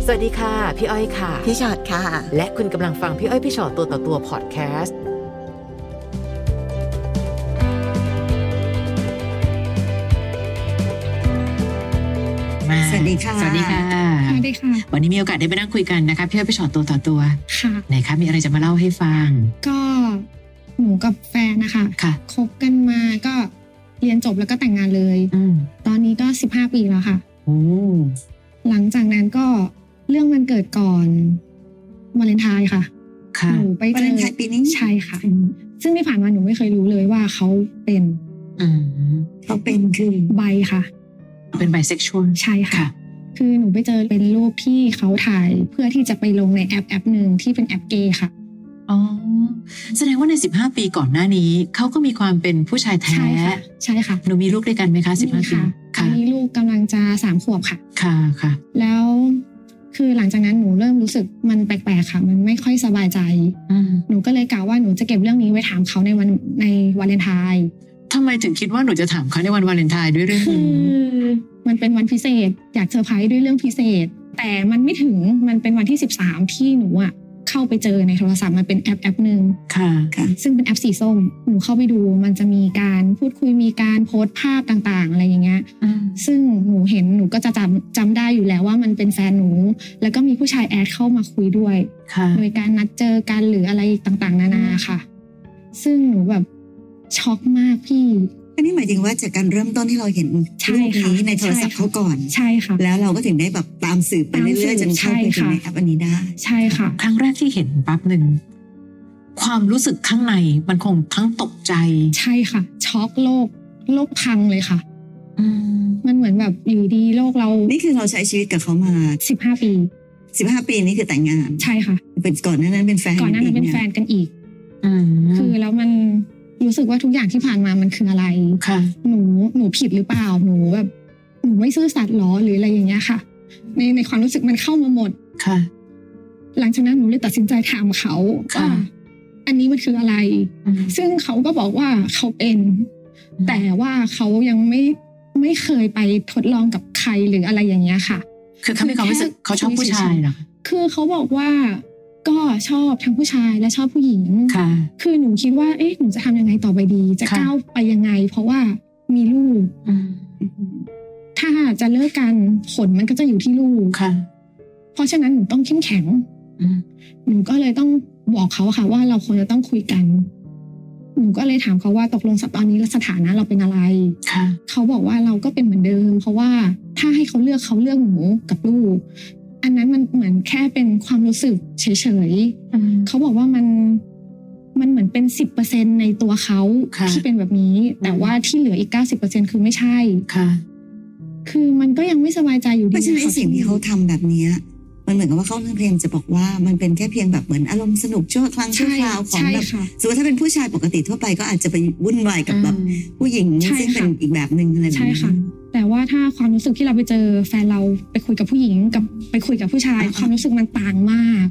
สวัสดีค่ะพี่อ้อยค่ะพี่ชอตค่ะและคุณกำลังฟังพี่อ้อยพี่ชอตตัวต่อตัวพอดแคสต์สวัสดีค่ะสวัสดีค่ะสวัสดีค่ะวันนี้มีโอกาสได้ไปนั่งคุยกันนะคะพี่อ้อยพี่ชอตตัวต่อตัวค่ะไหนคะมีอะไรจะมาเล่าให้ฟังก็หนูกับแฟนนะคะค่ะคบกันมาก็เรียนจบแล้วก็แต่งงานเลยตอนนี้ก็15 ปีแล้วค่ะหลังจากนั้นก็เรื่องมันเกิดก่อนวาเลนไทน์ค่ะหนูไปเจอวาเลนไทน์ปีนี้ใช่ค่ะซึ่งที่ผ่านมาหนูไม่เคยรู้เลยว่าเขาเป็นคือไบค่ะเป็นไบเซ็กชวลใช่ค่ะคือหนูไปเจอเป็นรูปที่เขาถ่ายเพื่อที่จะไปลงในแอปหนึ่งที่เป็นแอปเกย์ค่ะอ๋อแสดงว่าใน15 ปีก่อนหน้านี้เขาก็มีความเป็นผู้ชายแท้ใช่ค่ะหนูมีลูกด้วยกันไหมคะ15 ปีตอนนี้ลูกกำลังจะ3 ขวบค่ะค่ะแล้วคือหลังจากนั้นหนูเริ่มรู้สึกมันแปลกๆค่ะมันไม่ค่อยสบายใจหนูก็เลยกล่าวว่าหนูจะเก็บเรื่องนี้ไว้ถามเขาในวาเลนไทน์ทำไมถึงคิดว่าหนูจะถามเขาในวันวาเลนไทน์ด้วยเรื่องนี้มันเป็นวันพิเศษอยากเซอร์ไพรส์ด้วยเรื่องพิเศษแต่มันไม่ถึงมันเป็นวันที่13ที่หนูอะเข้าไปเจอในโทรศัพท์มันเป็นแอปหนึ่งค่ะซึ่งเป็นแอปสีส้มหนูเข้าไปดูมันจะมีการพูดคุยมีการโพสต์ภาพต่างๆอะไรอย่างเงี้ยซึ่งหนูเห็นหนูก็จะจำได้อยู่แล้วว่ามันเป็นแฟนหนูแล้วก็มีผู้ชายแอดเข้ามาคุยด้วยโดยการนัดเจอกันหรืออะไรต่างๆนานาค่ะซึ่งหนูแบบช็อกมากพี่อันนี้หมายถึงว่าจากการเริ่มต้นที่เราเห็นรูปนี้ในโทรศัพท์เขาก่อนใช่ค่ะแล้วเราก็ถึงได้แบบตามสืบไปเรื่อยๆจนเข้าไปถึงในแอปอันนี้ได้ใช่ค่ะครั้งแรกที่เห็นปั๊บนึงความรู้สึกข้างในมันคงทั้งตกใจใช่ค่ะช็อกโลกพังเลยค่ะมันเหมือนแบบอยู่ดีโลกเรานี่คือเราใช้ชีวิตกับเขามา 15 ปี 15 ปีนี่คือแต่งงานใช่ค่ะเป็นก่อนหน้านั้นเป็นแฟนก่อนหน้านั้นเป็นแฟนกันอีกคือแล้วมันรู้สึกว่าทุกอย่างที่ผ่านมามันคืออะไรหนูผิดหรือเปล่าหนูแบบหนูไม่ซื่อสัตย์หรอหรืออะไรอย่างเงี้ยค่ะในความรู้สึกมันเข้ามาหมดค่ะหลังจากนั้นหนูเลยตัดสินใจถามเขาว่าอันนี้มันคืออะไรซึ่งเขาก็บอกว่าเขาเป็นแต่ว่าเขายังไม่เคยไปทดลองกับใครหรืออะไรอย่างเงี้ยค่ะคือเขาไม่รู้สึกเขาชอบผู้ชายเหรอคือเขาบอกว่าก็ชอบทั้งผู้ชายและชอบผู้หญิงคือหนูคิดว่าหนูจะทำยังไงต่อไปดีจะก้าวไปยังไงเพราะว่ามีลูกถ้าจะเลิกกันผลมันก็จะอยู่ที่ลูกเพราะฉะนั้นหนูต้องเข้มแข็งหนูก็เลยต้องบอกเขาค่ะว่าเราควรจะต้องคุยกันหนูก็เลยถามเขาว่าตกลงตอนนี้สถานะเราเป็นอะไรเขาบอกว่าเราก็เป็นเหมือนเดิมเพราะว่าถ้าให้เขาเลือกหนูกับลูกอันนั้นมันเหมือนแค่เป็นความรู้สึกเฉยๆเขาบอกว่ามันเหมือนเป็น 10% ในตัวเขาที่เป็นแบบนี้แต่ว่าที่เหลืออีก 90% คือไม่ใช่คือมันก็ยังไม่สบายใจอยู่ดีเพราะฉะนั้นสิ่งที่เขาทำแบบนี้มันเหมือนกับว่าเขาเพลงจะบอกว่ามันเป็นแค่เพียงแบบเหมือนอารมณ์สนุกชั่วครั้งชั่วคราวของแบบสมมติถ้าเป็นผู้ชายปกติทั่วไปก็อาจจะไปวุ่นวายกับแบบผู้หญิงซึ่งเป็นอีกแบบนึงอะไรแบบนี้แต่ว่าถ้าความรู้สึกที่เราไปเจอแฟนเราไปคุยกับผู้หญิงกับไปคุยกับผู้ชายความรู้สึกมันต่างมาก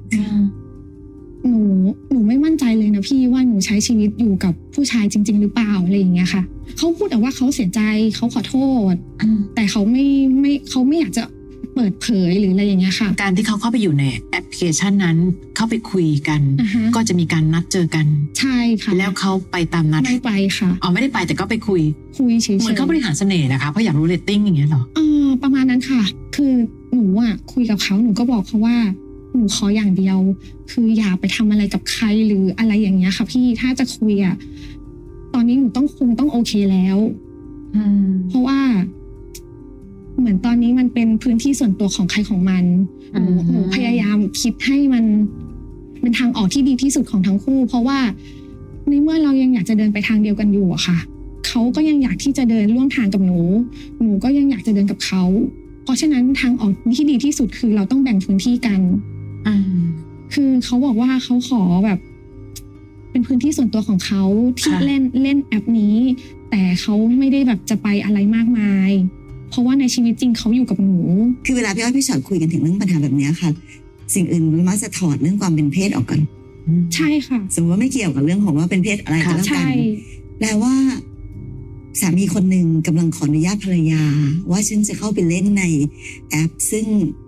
หนูไม่มั่นใจเลยนะพี่ว่าหนูใช้ชีวิตอยู่กับผู้ชายจริงๆหรือเปล่าอะไรอย่างเงี้ยค่ะเขาพูดแต่ว่าเขาเสียใจเขาขอโทษแต่เขาไม่อยากจะเปิดเผยหรืออะไรอย่างเงี้ยค่ะการที่เขาเข้าไปอยู่ในแอปพลิเคชันนั้นเข้าไปคุยกันก็จะมีการนัดเจอกันใช่ค่ะแล้วเขาไปตามนัดไม่ไปค่ะไม่ได้ไปแต่ก็ไปคุยเฉยๆเหมือนเขาบริหารเสน่ห์นะคะเพราะอยากรู้เรตติ้งอย่างเงี้ยหรอประมาณนั้นค่ะคือหนูคุยกับเขาหนูก็บอกเขาว่าหนูขออย่างเดียวคืออย่าไปทำอะไรกับใครหรืออะไรอย่างเงี้ยค่ะพี่ถ้าจะคุยตอนนี้หนูคงต้องโอเคแล้วเพราะว่าเหมือนตอนนี้มันเป็นพื้นที่ส่วนตัวของใครของมันหนูพยายามคิดให้มันเป็นทางออกที่ดีที่สุดของทั้งคู่เพราะว่าในเมื่อเรายังอยากจะเดินไปทางเดียวกันอยู่อะค่ะเขาก็ยังอยากที่จะเดินร่วมทางกับหนูก็ยังอยากจะเดินกับเขาเพราะฉะนั้นทางออกที่ดีที่สุดคือเราต้องแบ่งพื้นที่กันคือเขาบอกว่าเขาขอแบบเป็นพื้นที่ส่วนตัวของเขาที่เล่นแอปนี้แต่เขาไม่ได้แบบจะไปอะไรมากมายเพราะว่าในชีวิตจริงเขาอยู่กับหนูคือเวลาพี่อ้อยพี่ชอตคุยกันถึงเรื่องปัญหาแบบนี้ค่ะสิ่งอื่นมันมักจะถอดเรื่องความเป็นเพศออกกันใช่ค่ะสมมติว่าไม่เกี่ยวกับเรื่องของว่าเป็นเพศอะไรก็แล้วกันแปลว่าสามีคนหนึ่งกำลังขออนุญาตภรรยาว่าฉันจะเข้าไปเล่นในแอปซึ่ง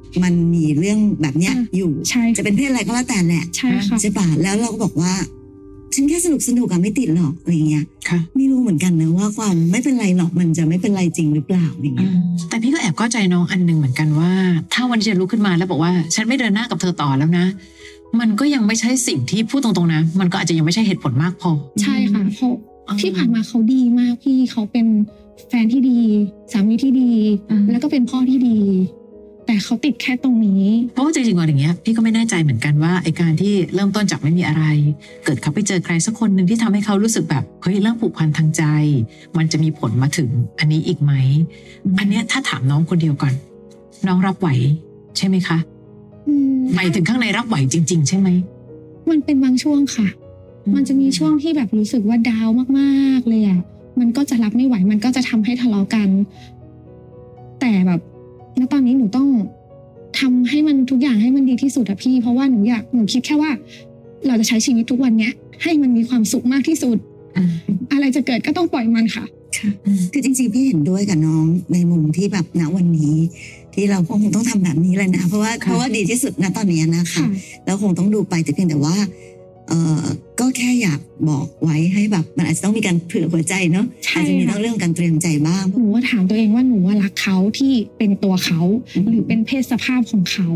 มันมีเรื่องแบบเนี้ยอยู่ใช่จะเป็นเพศอะไรก็แล้วแต่แหละใช่ค่ะใช่ป่ะแล้วเราก็บอกว่าฉันแค่สนุกอะไม่ติดหรอกอะไรเงี้ยไม่รู้เหมือนกันนะว่าความไม่เป็นไรหรอกมันจะไม่เป็นไรจริงหรือเปล่าอย่างเงี้ยแต่พี่ก็แอบเข้าใจน้องอันนึงเหมือนกันว่าถ้าวันที่จะลุกขึ้นมาแล้วบอกว่าฉันไม่เดินหน้ากับเธอต่อแล้วนะมันก็ยังไม่ใช่สิ่งที่พูดตรงๆนะมันก็อาจจะยังไม่ใช่เหตุผลมากพอใช่ค่ะเพราะที่ผ่านมาเขาดีมากพี่เขาเป็นแฟนที่ดีสามีที่ดีแล้วก็เป็นพ่อที่ดีแต่เขาติดแค่ตรงนี้เพราะว่าจริงๆวันอย่างเงี้ยพี่ก็ไม่แน่ใจเหมือนกันว่าไอ้การที่เริ่มต้นจากไม่มีอะไรเกิดเขาไปเจอใครสักคนหนึ่งที่ทำให้เขารู้สึกแบบเฮ้ยเริ่มผูกพันทางใจมันจะมีผลมาถึงอันนี้อีกไหมอันเนี้ยถ้าถามน้องคนเดียวก่อนน้องรับไหวใช่ไหมคะหมายถึงข้างในรับไหวจริงๆใช่ไหมมันเป็นบางช่วงค่ะมันจะมีช่วงที่แบบรู้สึกว่าดาวมากๆเลยอ่ะมันก็จะรับไม่ไหวมันก็จะทำให้ทะเลาะกันแต่แบบณตอนนี้หนูต้องทำให้มันทุกอย่างให้มันดีที่สุดอะพี่เพราะว่าหนูคิดแค่ว่าเราจะใช้ชีวิตทุกวันเนี้ยให้มันมีความสุขมากที่สุดอะไรจะเกิดก็ต้องปล่อยมันค่ะคือจริงๆพี่เห็นด้วยกับน้องในมุมที่แบบณวันนี้ที่เราคงต้องทำแบบนี้เลยนะเพราะว่าดีที่สุดณตอนนี้นะคะแล้วคงต้องดูไปแต่เพียงแต่ว่าก็แค่อยากบอกไว้ให้แบบมันอาจจะต้องมีการเผื่อหัวใจเนาะอาจจะมีเรื่องการเตรียมใจบ้างหนูว่าถามตัวเองว่าหนูว่ารักเขาที่เป็นตัวเขาหรือเป็นเพศสภาพของเขา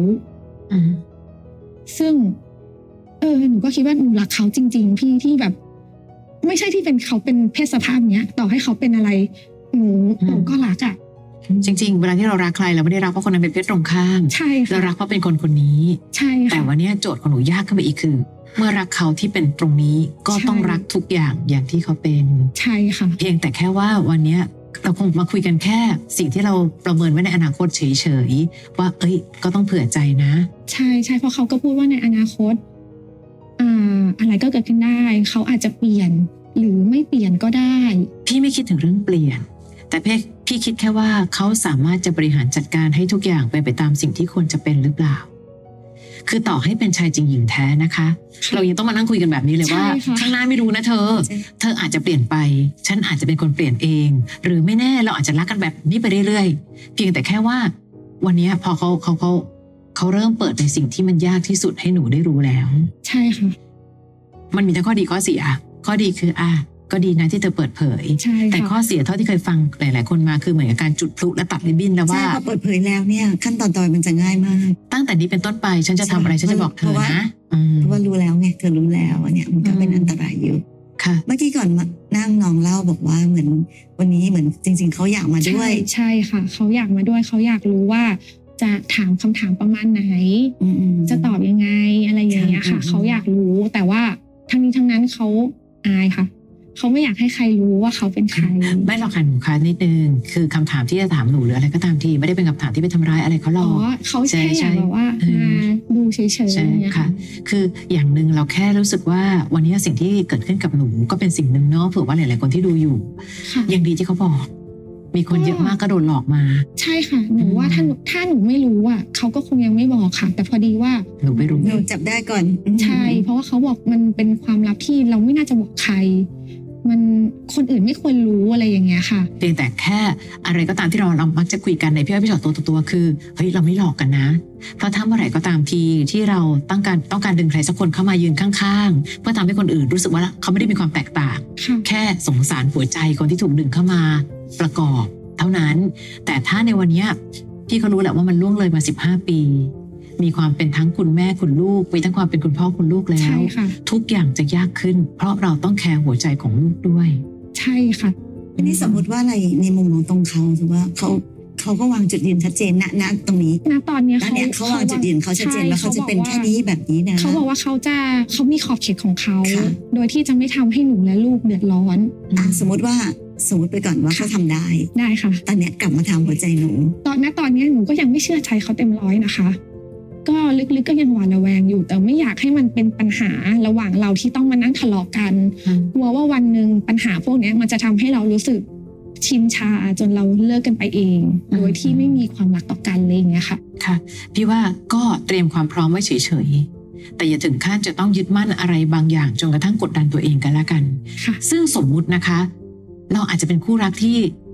ซึ่งหนูก็คิดว่าหนูรักเขาจริงๆพี่ที่แบบไม่ใช่ที่เป็นเขาเป็นเพศสภาพเนี้ยต่อให้เขาเป็นอะไรหนูก็รักอ่ะจริงๆเวลาที่เรารักใครเราไม่ได้รักเพราะคนนั้นเป็นเพศตรงข้ามใช่เรารักเพราะเป็นคนคนนี้ใช่ค่ะแต่วันนี้โจทย์ของหนูยากขึ้นไปอีกคือเมื่อรักเขาที่เป็นตรงนี้ก็ต้องรักทุกอย่างที่เขาเป็นใช่ค่ะเพียงแต่แค่ว่าวันนี้เราคงมาคุยกันแค่สิ่งที่เราประเมินไว้ในอนาคตเฉยๆว่าก็ต้องเผื่อใจนะใช่เพราะเขาก็พูดว่าในอนาคตอะไรก็เกิดขึ้นได้เขาอาจจะเปลี่ยนหรือไม่เปลี่ยนก็ได้พี่ไม่คิดถึงเรื่องเปลี่ยนแต่พี่คิดแค่ว่าเขาสามารถจะบริหารจัดการให้ทุกอย่างเป็นไปตามสิ่งที่ควรจะเป็นหรือเปล่าคือต่อให้เป็นชายจริงหญิงแท้นะคะเรายังต้องมานั่งคุยกันแบบนี้เลยว่าข้างหน้าไม่รู้นะเธออาจจะเปลี่ยนไปฉันอาจจะเป็นคนเปลี่ยนเองหรือไม่แน่เราอาจจะรักกันแบบนี้ไปเรื่อยๆเพียงแต่แค่ว่าวันนี้พอเขาเริ่มเปิดในสิ่งที่มันยากที่สุดให้หนูได้รู้แล้วใช่ค่ะมันมีทั้งข้อดีข้อเสียข้อดีคือก็ดีนะที่เธอเปิดเผยแต่ข้อเสียเท่าที่เคยฟังหลายๆคนมาคือเหมือนกับการจุดพลุและตัดริบบิ้นแล้วว่าพอเปิดเผยแล้วเนี่ยขั้นตอนต่อมันจะง่ายมากตั้งแต่นี้เป็นต้นไปฉันจะทำอะไรฉันจะบอกเธอนะเพราะว่ารู้แล้วไงเธอรู้แล้วเนี่ยมันก็เป็นอันตรายอยู่ค่ะเมื่อกี้ก่อนนั่งน้องเล่าบอกว่าเหมือนวันนี้เหมือนจริงๆเขาอยากมาด้วยใช่ค่ะเขาอยากมาด้วยเขาอยากรู้ว่าจะถามคำถามประมาณไหนจะตอบยังไงอะไรอย่างเงี้ยค่ะเขาอยากรู้แต่ว่าทั้งนี้ทั้งนั้นเขาอายค่ะเขาไม่อยากให้ใครรู้ว่าเขาเป็นใครไม่หรอกค่ะหนูคะนิดนึงคือคำถามที่จะถามหนูหรืออะไรก็ตามทีไม่ได้เป็นคำถามที่ไปทำร้ายอะไรเขาหรอกเขาแค่อยากบอกว่ามาดูเฉยๆอย่างเงี้ยค่ะคืออย่างนึงเราแค่รู้สึกว่าวันนี้สิ่งที่เกิดขึ้นกับหนูก็เป็นสิ่งหนึ่งเนาะเผื่อว่าหลายๆคนที่ดูอยู่ยังดีที่เขาบอกมีคนเยอะมากก็โดนหลอกมาใช่ค่ะหนูว่าถ้าหนูไม่รู้อ่ะเขาก็คงยังไม่บอกค่ะแต่พอดีว่าหนูไม่รู้หนูจับได้ก่อนใช่เพราะว่าเขาบอกมันเป็นความลับที่เราไม่น่าจะบอกใครมันคนอื่นไม่ควรรู้อะไรอย่างเงี้ยค่ะเพียงแต่แค่อะไรก็ตามที่เรามักจะคุยกันในพี่อ้อยพี่ชอตตัวคือเฮ้ยเราไม่หลอกกันนะเพราะถ้าเมื่อไหร่ก็ตามทีที่เราต้องการดึงใครสักคนเข้ามายืนข้างๆเพื่อทำให้คนอื่นรู้สึกว่าเขาไม่ได้มีความแตกต่างแค่สงสารหัวใจคนที่ถูกดึงเข้ามาประกอบเท่านั้นแต่ถ้าในวันนี้พี่ก็รู้แหละว่ามันล่วงเลยมา15 ปีมีความเป็นทั้งคุณแม่คุณลูกมีทั้งความเป็นคุณพ่อคุณลูกแล้วทุกอย่างจะยากขึ้นเพราะเราต้องแคร์หัวใจของลูกด้วยใช่ค่ะทีนี้สมมติว่าอะไรในมุมของตรงเขาถือว่าเขาก็วางจุดยืนชัดเจนณตรงนี้ตอนนี้เขาวางจุดยืนเขาชัดเจนแล้วเขาจะเป็นแค่นี้แบบนี้นะเขาบอกว่าเขามีขอบเขตของเขาโดยที่จะไม่ทำให้หนูและลูกเดือดร้อนสมมติไปก่อนว่าเขาทำได้ค่ะตอนนี้กลับมาทำหัวใจหนูตอนนี้หนูก็ยังไม่เชื่อใจเขาเต็ม100นะคะก็ลึกๆก็ยังหวาดระแวงอยู่แต่ไม่อยากให้มันเป็นปัญหาระหว่างเราที่ต้องมานั่งทะเลาะกันกลัวว่าวันนึงปัญหาพวกนี้มันจะทำให้เรารู้สึกชินชาจนเราเลิกกันไปเองโดยที่ไม่มีความรักต่อกันเลยอย่างเงี้ยค่ะค่ะพี่ว่าก็เตรียมความพร้อมไว้เฉยๆแต่อย่าถึงขั้นจะต้องยึดมั่นอะไรบางอย่างจนกระทั่งกดดันตัวเองกันละกันซึ่งสมมุตินะคะเราอาจจะเป็นคู่รักที่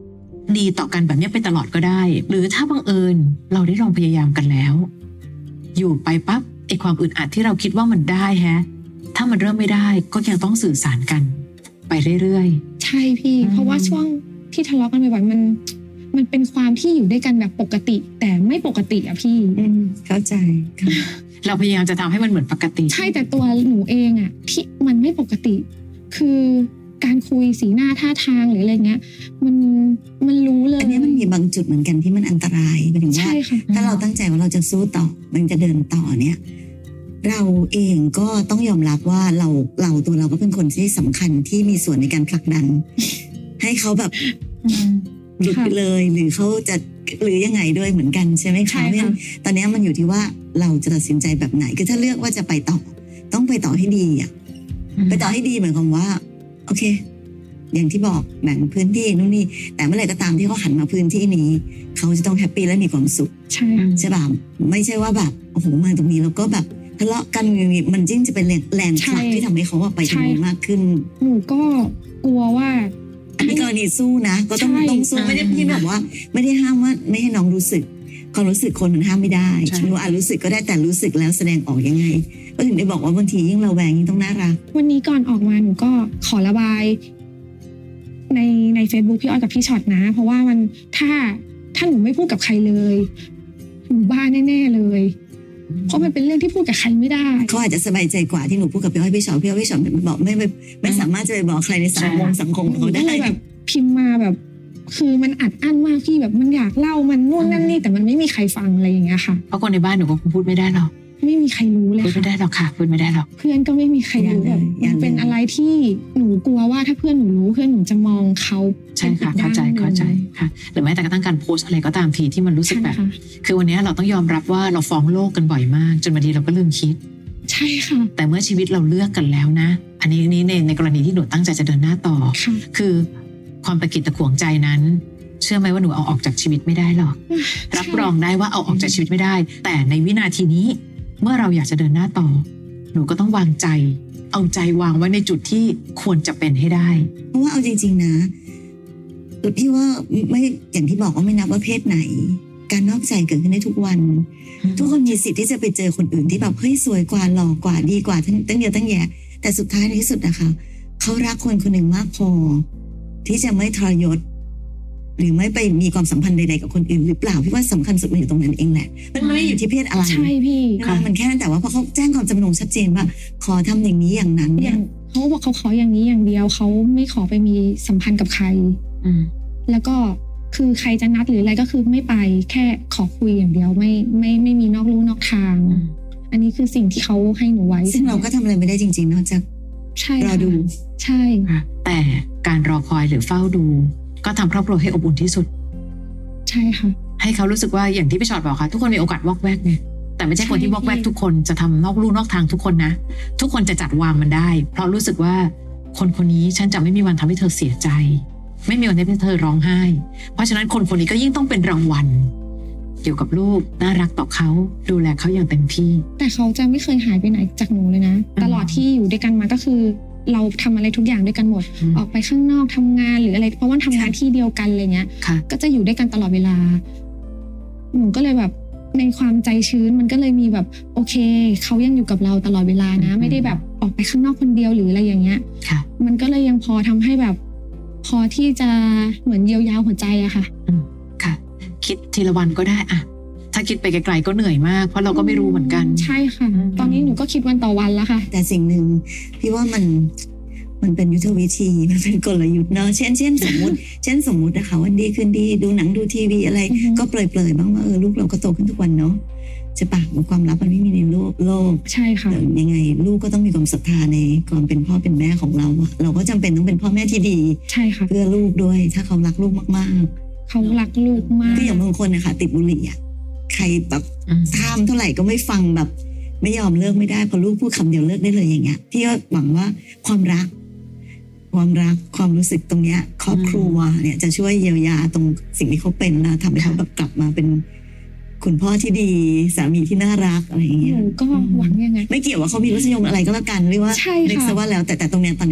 ดีต่อกันแบบนี้ไปตลอดก็ได้หรือถ้าบังเอิญเราได้ลองพยายามกันแล้วอยู่ไปปั๊บไอ้ความอึดอัดที่เราคิดว่ามันได้ถ้ามันเริ่มไม่ได้ก็ยังต้องสื่อสารกันไปเรื่อยๆใช่พี่เพราะว่าช่วงที่ทะเลาะกันบ่อยๆมันเป็นความที่อยู่ด้วยกันแบบปกติแต่ไม่ปกติอะพี่เข้าใจเราพยายามจะทำให้มันเหมือนปกติใช่แต่ตัวหนูเองอะที่มันไม่ปกติคือการคุยสีหน้าท่าทางหรืออะไรเงี้ยมันรู้เลยอันนี้มันมีบางจุดเหมือนกันที่มันอันตรายหมายถึงว่าถ้าเราตั้งใจว่าเราจะสู้ต่อมันจะเดินต่อเนี่ยเราเองก็ต้องยอมรับว่าเราตัวเราก็เป็นคนที่สำคัญที่มีส่วนในการผลักดันให้เขาแบบหลุดไปเลยหรือเขาจะหรือยังไงด้วยเหมือนกันใช่ไหมคะเนี่ยตอนนี้มันอยู่ที่ว่าเราจะตัดสินใจแบบไหนคือถ้าเลือกว่าจะไปต่อต้องไปต่อให้ดีอ่ะไปต่อให้ดีหมายความว่าโอเคอย่างที่บอกแบ่งพื้นที่นู่นนี่แต่เมื่อไหร่ก็ตามที่เขาหันมาพื้นที่นี้เขาจะต้องแฮปปี้และมีความสุขใช่ป่ะไม่ใช่ว่าแบบโอ้โหมาตรงนี้แล้วก็แบบทะเลาะกันอย่างนี้มันยิ่งจะเป็นแรงผลักที่ทำให้เขาไปตรงนี้มากขึ้นหนูก็กลัวว่าอันนี้กรณีสู้นะก็ต้องสู้ไม่ได้พี่แบบว่าไม่ได้ห้ามว่าไม่ให้น้องรู้สึกความรู้สึกคนมันห้ามไม่ได้หนูอาจรู้สึกก็ได้แต่รู้สึกแล้วแสดงออกยังไงก็ถึงได้บอกว่าบางทียิ่งเราแวงยิ่งต้องน่ารักวันนี้ก่อนออกมาหนูก็ขอระบายใน Facebook พี่อ้อยกับพี่ช็อตนะเพราะว่ามันถ้าหนูไม่พูดกับใครเลยหนูบ้าแน่ๆเลยเพราะมันเป็นเรื่องที่พูดกับใครไม่ได้เขาอาจจะสบายใจกว่าที่หนูพูดกับพี่อ้อยพี่ช็อตบอกไม่สามารถจะไปบอกใครในสังคมเขาได้แบบพิมพ์มาแบบคือมันอัดอั้นมากพี่แบบมันอยากเล่ามันนู่นนั่นนี่แต่มันไม่มีใครฟังอะไรอย่างเงี้ยค่ะเพราะคนในบ้านหนูก็พูดไม่ได้หรอกไม่มีใครรู้เลยพูดไม่ได้หรอกค่ะพูดไม่ได้หรอกเพื่อนก็ไม่มีใครรู้แบบมันเป็นอะไรที่หนูกลัวว่าถ้าเพื่อนหนูรู้เพื่อนหนูจะมองเขาใช่ค่ะเข้าใจค่ะหรือแม้แต่กระทั่งการโพสอะไรก็ตามทีที่มันรู้สึกแบบคือวันนี้เราต้องยอมรับว่าเราฟ้องโลกกันบ่อยมากจนบางทีเราก็ลืมคิดใช่ค่ะแต่เมื่อชีวิตเราเลือกกันแล้วนะอันนี้ในกรณีที่หนูตั้งใจจะเดินหน้าต่อคือความตะกิดตะขวงใจนั้นเชื่อไหมว่าหนูเอาออกจากชีวิตไม่ได้หรอกรับรองได้ว่าเอาออกจากชีวิตไม่ได้แต่ในวินาทีนี้เมื่อเราอยากจะเดินหน้าต่อหนูก็ต้องวางใจเอาใจวางไว้ในจุดที่ควรจะเป็นให้ได้เพราะว่าเอาจริงๆนะพี่ว่าไม่อย่างที่บอกว่าไม่นับว่าเพศไหนการนอกใจเกิดขึ้นได้ทุกวันทุกคนมีสิทธิ์ที่จะไปเจอคนอื่นที่แบบเฮ้ยสวยกว่าหล่อกว่าดีกว่าตั้งเยอะตั้งแยะแต่สุดท้ายในที่สุดนะคะเขารักคนคนหนึ่งมากพอที่จะไม่ทรยศหรือไม่ไปมีความสัมพันธ์ใดๆกับคนอื่นหรือเปล่าพี่ว่าสำคัญสุดมันอยู่ตรงนั้นเองแหละมันไม่ได้อยู่ที่เพศอะไรใช่พี่มันแค่นั้นแต่ว่าพอเขาแจ้งความจำนงชัดเจนว่าขอทำอย่างนี้อย่างนั้นเนี่ยเขาบอกเขาขออย่างนี้อย่างเดียวเขาไม่ขอไปมีสัมพันธ์กับใครแล้วก็คือใครจะนัดหรืออะไรก็คือไม่ไปแค่ขอคุยอย่างเดียวไม่มีนอกลู่นอกทางอันนี้คือสิ่งที่เขาให้หนูไว้ซึ่งเราก็ทำอะไรไม่ได้จริงๆนอกจากรอดูใช่แต่การรอคอยหรือเฝ้าดูก็ทำครอบครัวให้อบอุ่นที่สุดใช่ค่ะให้เขารู้สึกว่าอย่างที่พี่ชอตบอกค่ะทุกคนมีโอกาสวอกแวกไงแต่ไม่ใช่คนที่วอกแวกทุกคนจะทำนอกลู่นอกทางทุกคนนะทุกคนจะจัดวางมันได้เพราะรู้สึกว่าคนนี้ฉันจะไม่มีวันทำให้เธอเสียใจไม่มีวันทำให้เธอร้องไห้เพราะฉะนั้นคนนี้ก็ยิ่งต้องเป็นรางวัลเกี่ยวกับลูกน่ารักต่อเขาดูแลเขาอย่างเต็มที่แต่เขาจะไม่เคยหายไปไหนจากหนูเลยนะตลอดที่อยู่ด้วยกันมาก็คือเราทำอะไรทุกอย่างด้วยกันหมดออกไปข้างนอกทำงานหรืออะไรเพราะว่าทำงานที่เดียวกันอะไรเงี้ยก็จะอยู่ด้วยกันตลอดเวลาหนูก็เลยแบบในความใจชื้นมันก็เลยมีแบบโอเคเขายังอยู่กับเราตลอดเวลานะไม่ได้แบบออกไปข้างนอกคนเดียวหรืออะไรอย่างเงี้ยมันก็เลยยังพอทำให้แบบพอที่จะเหมือนเยียวยาหัวใจอะค่ะค่ะคิดทีละวันก็ได้อะถ้าคิดไปไกลๆก็เหนื่อยมากเพราะเราก็ไม่รู้เหมือนกันใช่ค่ะตอนนี้หนูก็คิดวันต่อวันแล้วค่ะแต่สิ่งหนึ่งพี่ว่ามันเป็นยุทธวิธีมันเป็นกลยุทธ์เนาะเช่นสมมตินะคะวันดีคืนดีดูหนังดูทีวีอะไรก็เปลยๆบ้างว่าลูกเราก็โตขึ้นทุกวันเนาะจะปะความลับมันไม่มีในโลกใช่ค่ะยังไงลูกก็ต้องมีความศรัทธาในความเป็นพ่อเป็นแม่ของเราเราก็จำเป็นต้องเป็นพ่อแม่ที่ดีใช่ค่ะเพื่อลูกด้วยถ้าเขารักลูกมากๆเขารักลูกมากก็อย่างบางคนนะคะติดบุหรี่ใครแบบห้ามเท่าไหร่ก็ไม่ฟังแบบไม่ยอมเลิกไม่ได้พอลูกพูดคำเดียวเลิกได้เลยอย่างเงี้ยพี่ก็หวังว่าความรักความรู้สึกตรงเนี้ยครอบครัวเนี่ยจะช่วยเยียวยาตรงสิ่งที่เขาเป็นนะทำให้เขาแบบกลับมาเป็นคุณพ่อที่ดีสามีที่น่ารักอะไรอย่างเงี้ยก็หวังยังไงไม่เกี่ยวว่าเขามีรสนิยมอะไรก็แล้วกันหรือว่าเล็กซะว่าแล้วแต่ตรงเนี้ยตอนเนี้ย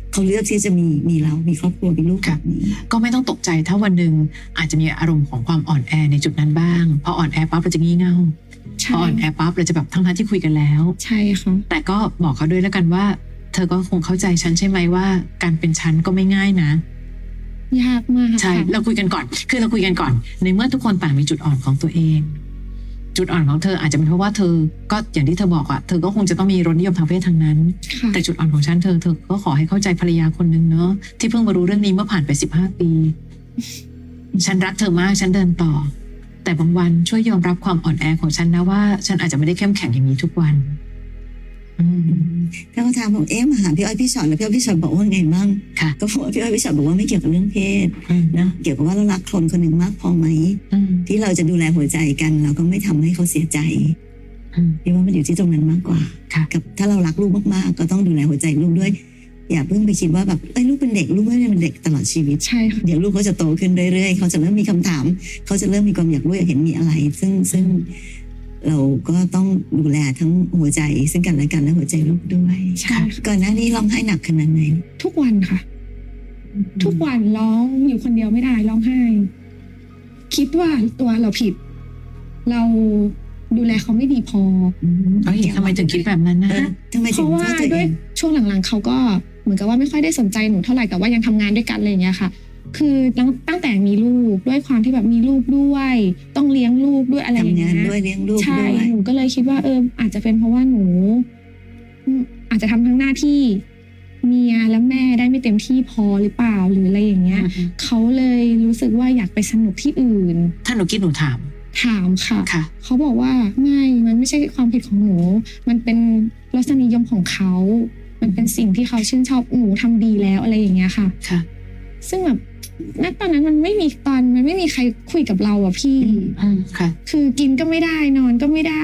เขาเลือกที่จะมีเรามีครอบครัวมีลูกแบบนี้ก็ไม่ต้องตกใจถ้าวันหนึ่งอาจจะมีอารมณ์ของความอ่อนแอในจุดนั้นบ้างพออ่อนแอปั๊บเราจะงี่เง่าพออ่อนแอปั๊บเราจะแบบทั้งที่คุยกันแล้วใช่ค่ะแต่ก็บอกเขาด้วยแล้วกันว่าเธอก็คงเข้าใจฉันใช่ไหมว่าการเป็นฉันก็ไม่ง่ายนะยากมากใช่เราคุยกันก่อนคือเราคุยกันก่อนในเมื่อทุกคนต่างมีจุดอ่อนของตัวเองจุดอ่อนของเธออาจจะเป็นเพราะว่าเธอก็อย่างที่เธอบอกอะเธอก็คงจะต้องมีรสนิยมทางเพศทางนั้นแต่จุดอ่อนของฉันเธอก็ขอให้เข้าใจภรรยาคนนึงเนาะที่เพิ่งมารู้เรื่องนี้เมื่อผ่านไป15 ปีฉันรักเธอมากฉันเดินต่อแต่บางวันช่วยยอมรับความอ่อนแอของฉันนะว่าฉันอาจจะไม่ได้เข้มแข็งอย่างนี้ทุกวันถ้าเขาถามผมมาหาพี่อ้อยพี่ชอตแล้วพี่อ้อยพี่ชอตบอกว่าไงบ้างก็บอกว่าพี่อ้อยพี่ชอตบอกว่าไม่เกี่ยวกับเรื่องเพศนะเกี่ยวกับว่าเรารักคนคนหนึ่งมากพอไหมที่เราจะดูแลหัวใจกันเราก็ไม่ทำให้เขาเสียใจพี่ว่ามันอยู่ที่ตรงนั้นมากกว่ากับถ้าเรารักลูกมากๆก็ต้องดูแลหัวใจลูกด้วยอย่าเพิ่งไปคิดว่าแบบลูกเป็นเด็กลูกไม่ได้เป็นเด็กตลอดชีวิตใช่ค่ะเดี๋ยวลูกเขาจะโตขึ้นเรื่อยๆเขาจะเริ่มมีคำถามเขาจะเริ่มมีความอยากรู้อยากเห็นมีอะไรซึ่งเราก็ต้องดูแลทั้งหัวใจซึ่งกันและกันและหัวใจลูกด้วยใช่ก่อนหน้านี้ร้องไห้หนักขนาดไหนทุกวันค่ะทุกวันร้องอยู่คนเดียวไม่ได้ร้องไห้คิดว่าตัวเราผิดเราดูแลเขาไม่ดีพอทำไมถึงคิดแบบนั้นนะเพราะว่าด้วยช่วงหลังๆเขาก็เหมือนกับว่าไม่ค่อยได้สนใจหนูเท่าไหร่แต่ว่ายังทำงานด้วยกันอะไรอย่างเงี้ยค่ะคือตั้งแต่มีลูกด้วยความที่แบบมีลูกด้วยต้องเลี้ยงลูกด้วยอะไรอย่างเงี้ยด้วยเลี้ยงลูกใช่หนูก็เลยคิดว่าอาจจะเป็นเพราะว่าหนูอาจจะทำทั้งหน้าที่เมียและแม่ได้ไม่เต็มที่พอหรือเปล่าหรืออะไรอย่างเงี้ยเขาเลยรู้สึกว่าอยากไปสนุกที่อื่นถ้าหนูคิดหนูถามค่ะเขาบอกว่ามันไม่ใช่ความผิดของหนูมันเป็นรสนิยมของเขามันเป็นสิ่งที่เขาชื่นชอบหนูทำดีแล้วอะไรอย่างเงี้ยค่ะซึ่งแบบณตอนนั้นมันไม่มีใครคุยกับเราอ่ะพี่คือกินก็ไม่ได้นอนก็ไม่ได้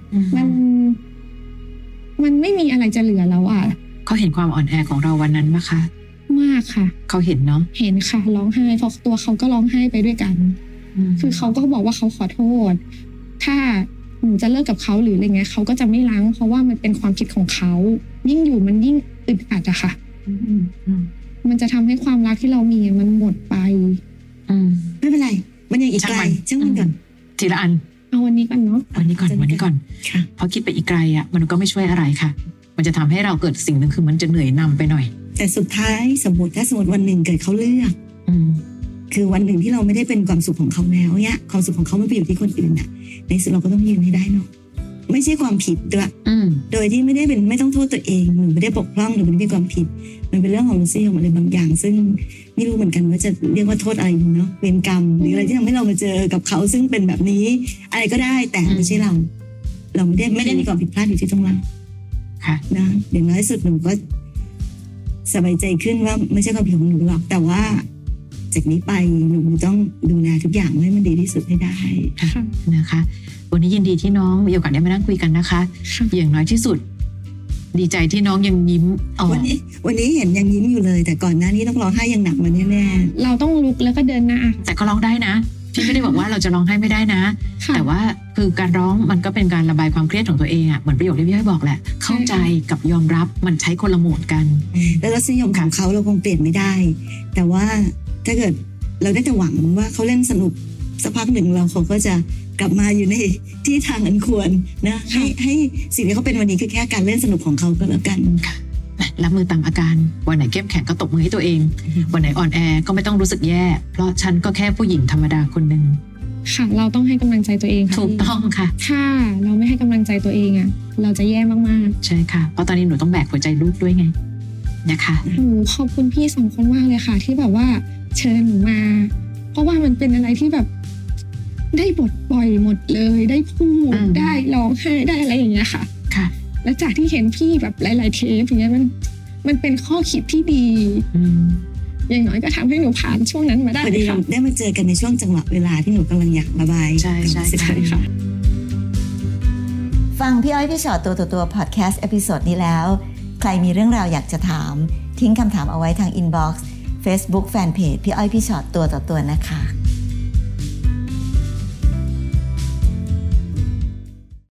มันไม่มีอะไรจะเหลือแล้วอ่ะเขาเห็นความอ่อนแอของเราวันนั้นไหมคะมากค่ะเขาเห็นเนาะเห็นค่ะร้องไห้เพราะตัวเขาก็ร้องไห้ไปด้วยกันคือเขาก็บอกว่าเขาขอโทษถ้าหนูจะเลิกกับเขาหรืออะไรเงี้ยเขาก็จะไม่ล้างเพราะว่ามันเป็นความคิดของเขายิ่งอยู่มันยิ่งอึดอัดอะค่ะมันจะทำให้ความรักที่เรามีมันหมดไปไม่เป็นไรมันยังอีกไกลช่างมันก่อนทีละอันเอาวันนี้ก่อนเนาะวันนี้ก่อนเพราะคิดไปอีกไกลอะมันก็ไม่ช่วยอะไรค่ะมันจะทำให้เราเกิดสิ่งหนึ่งคือมันจะเหนื่อยนำไปหน่อยแต่สุดท้ายสมมติวันหนึ่งเกิดเขาเลือกคือวันหนึ่งที่เราไม่ได้เป็นความสุขของเขาแล้วเนี่ยความสุขของเขาไม่ไปอยู่ที่คนอื่นน่ะในสุดเราก็ต้องยืนให้ได้เนาะไม่ใช่ความผิดด้วยโดยที่ไม่ต้องโทษตัวเองหรือไม่ได้ปกป้องหรือไม่ได้ความผิดมันเป็นเรื่องของรสนิยมอะไรบางอย่างซึ่งไม่รู้เหมือนกันว่าจะเรียกว่าโทษอะไรเนาะเวรกรรมหรืออะไรที่ทำให้เรามาเจอกับเขาซึ่งเป็นแบบนี้อะไรก็ได้แต่ไม่ใช่เราไม่ได้มีความผิดพลาดอยู่ที่ตรงเราค่ะนะอย่างน้อยสุดหนูก็สบายใจขึ้นว่าไม่ใช่ความผิดของหนูหรอกแต่ว่าจากนี้ไปหนูต้องดูแลทุกอย่างให้มันดีที่สุดให้ได้นะคะวันนี้ยินดีที่น้องมีโอกาสได้มานั่งคุยกันนะคะอย่างน้อยที่สุดดีใจที่น้องยังยิ้มวันนี้เห็นยังยิ้มอยู่เลยแต่ก่อนหน้านี้ต้องร้องไห้ยังหนักมาแน่ๆเราต้องลุกแล้วก็เดินหน้าแต่ก็ร้องได้นะพี่ไม่ได้บอกว่าเราจะร้องไห้ไม่ได้นะแต่ว่าคือการร้องมันก็เป็นการระบายความเครียดของตัวเองอ่ะเหมือนประโยคที่พี่อ้อยบอกแหละเข้าใจกับยอมรับมันใช้คนละโหมดกันแล้วรสนิยมของเขาเราคงเปลี่ยนไม่ได้แต่ว่าถ้าเกิดเราได้แต่หวังว่าเขาเล่นสนุกสักพักหนึ่งเขาก็จะกลับมาอยู่ในที่ทางอันควรนะให้สิ่งที่เขาเป็นวันนี้คือแค่การเล่นสนุกของเขาก็แล้วกันรับมือตามอาการวันไหนเข้มแข็งก็ตบมือให้ตัวเองวันไหนอ่อนแอก็ไม่ต้องรู้สึกแย่เพราะฉันก็แค่ผู้หญิงธรรมดาคนหนึ่งค่ะเราต้องให้กำลังใจตัวเองค่ะถูกต้องค่ะถ้าเราไม่ให้กำลังใจตัวเองอ่ะเราจะแย่มากๆใช่ค่ะเพราะตอนนี้หนูต้องแบกหัวใจลูกด้วยไงนะคะขอบคุณพี่2 คนมากเลยค่ะที่แบบว่าเชิญหนูมาเพราะว่ามันเป็นอะไรที่แบบได้บทปล่อยหมดเลยได้พูดได้ร้องไห้ได้อะไรอย่างเงี้ยค่ะค่ะแล้วจากที่เห็นพี่แบบหลายๆเทปอย่างเงี้ยมันเป็นข้อคิดที่ดีอย่างน้อยก็ทำให้หนูผ่านช่วงนั้นมาได้ค่ะได้มาเจอกันในช่วงจังหวะเวลาที่หนูกำลังอยากระบายใช่ค่ะฟังพี่อ้อยพี่ชอตตัวพอดแคสต์เอพิโซดนี้แล้วใครมีเรื่องราวอยากจะถามทิ้งคำถามเอาไว้ทางอินบ็อกซ์ Facebook Fanpage พี่อ้อยพี่ชอตตัวนะคะ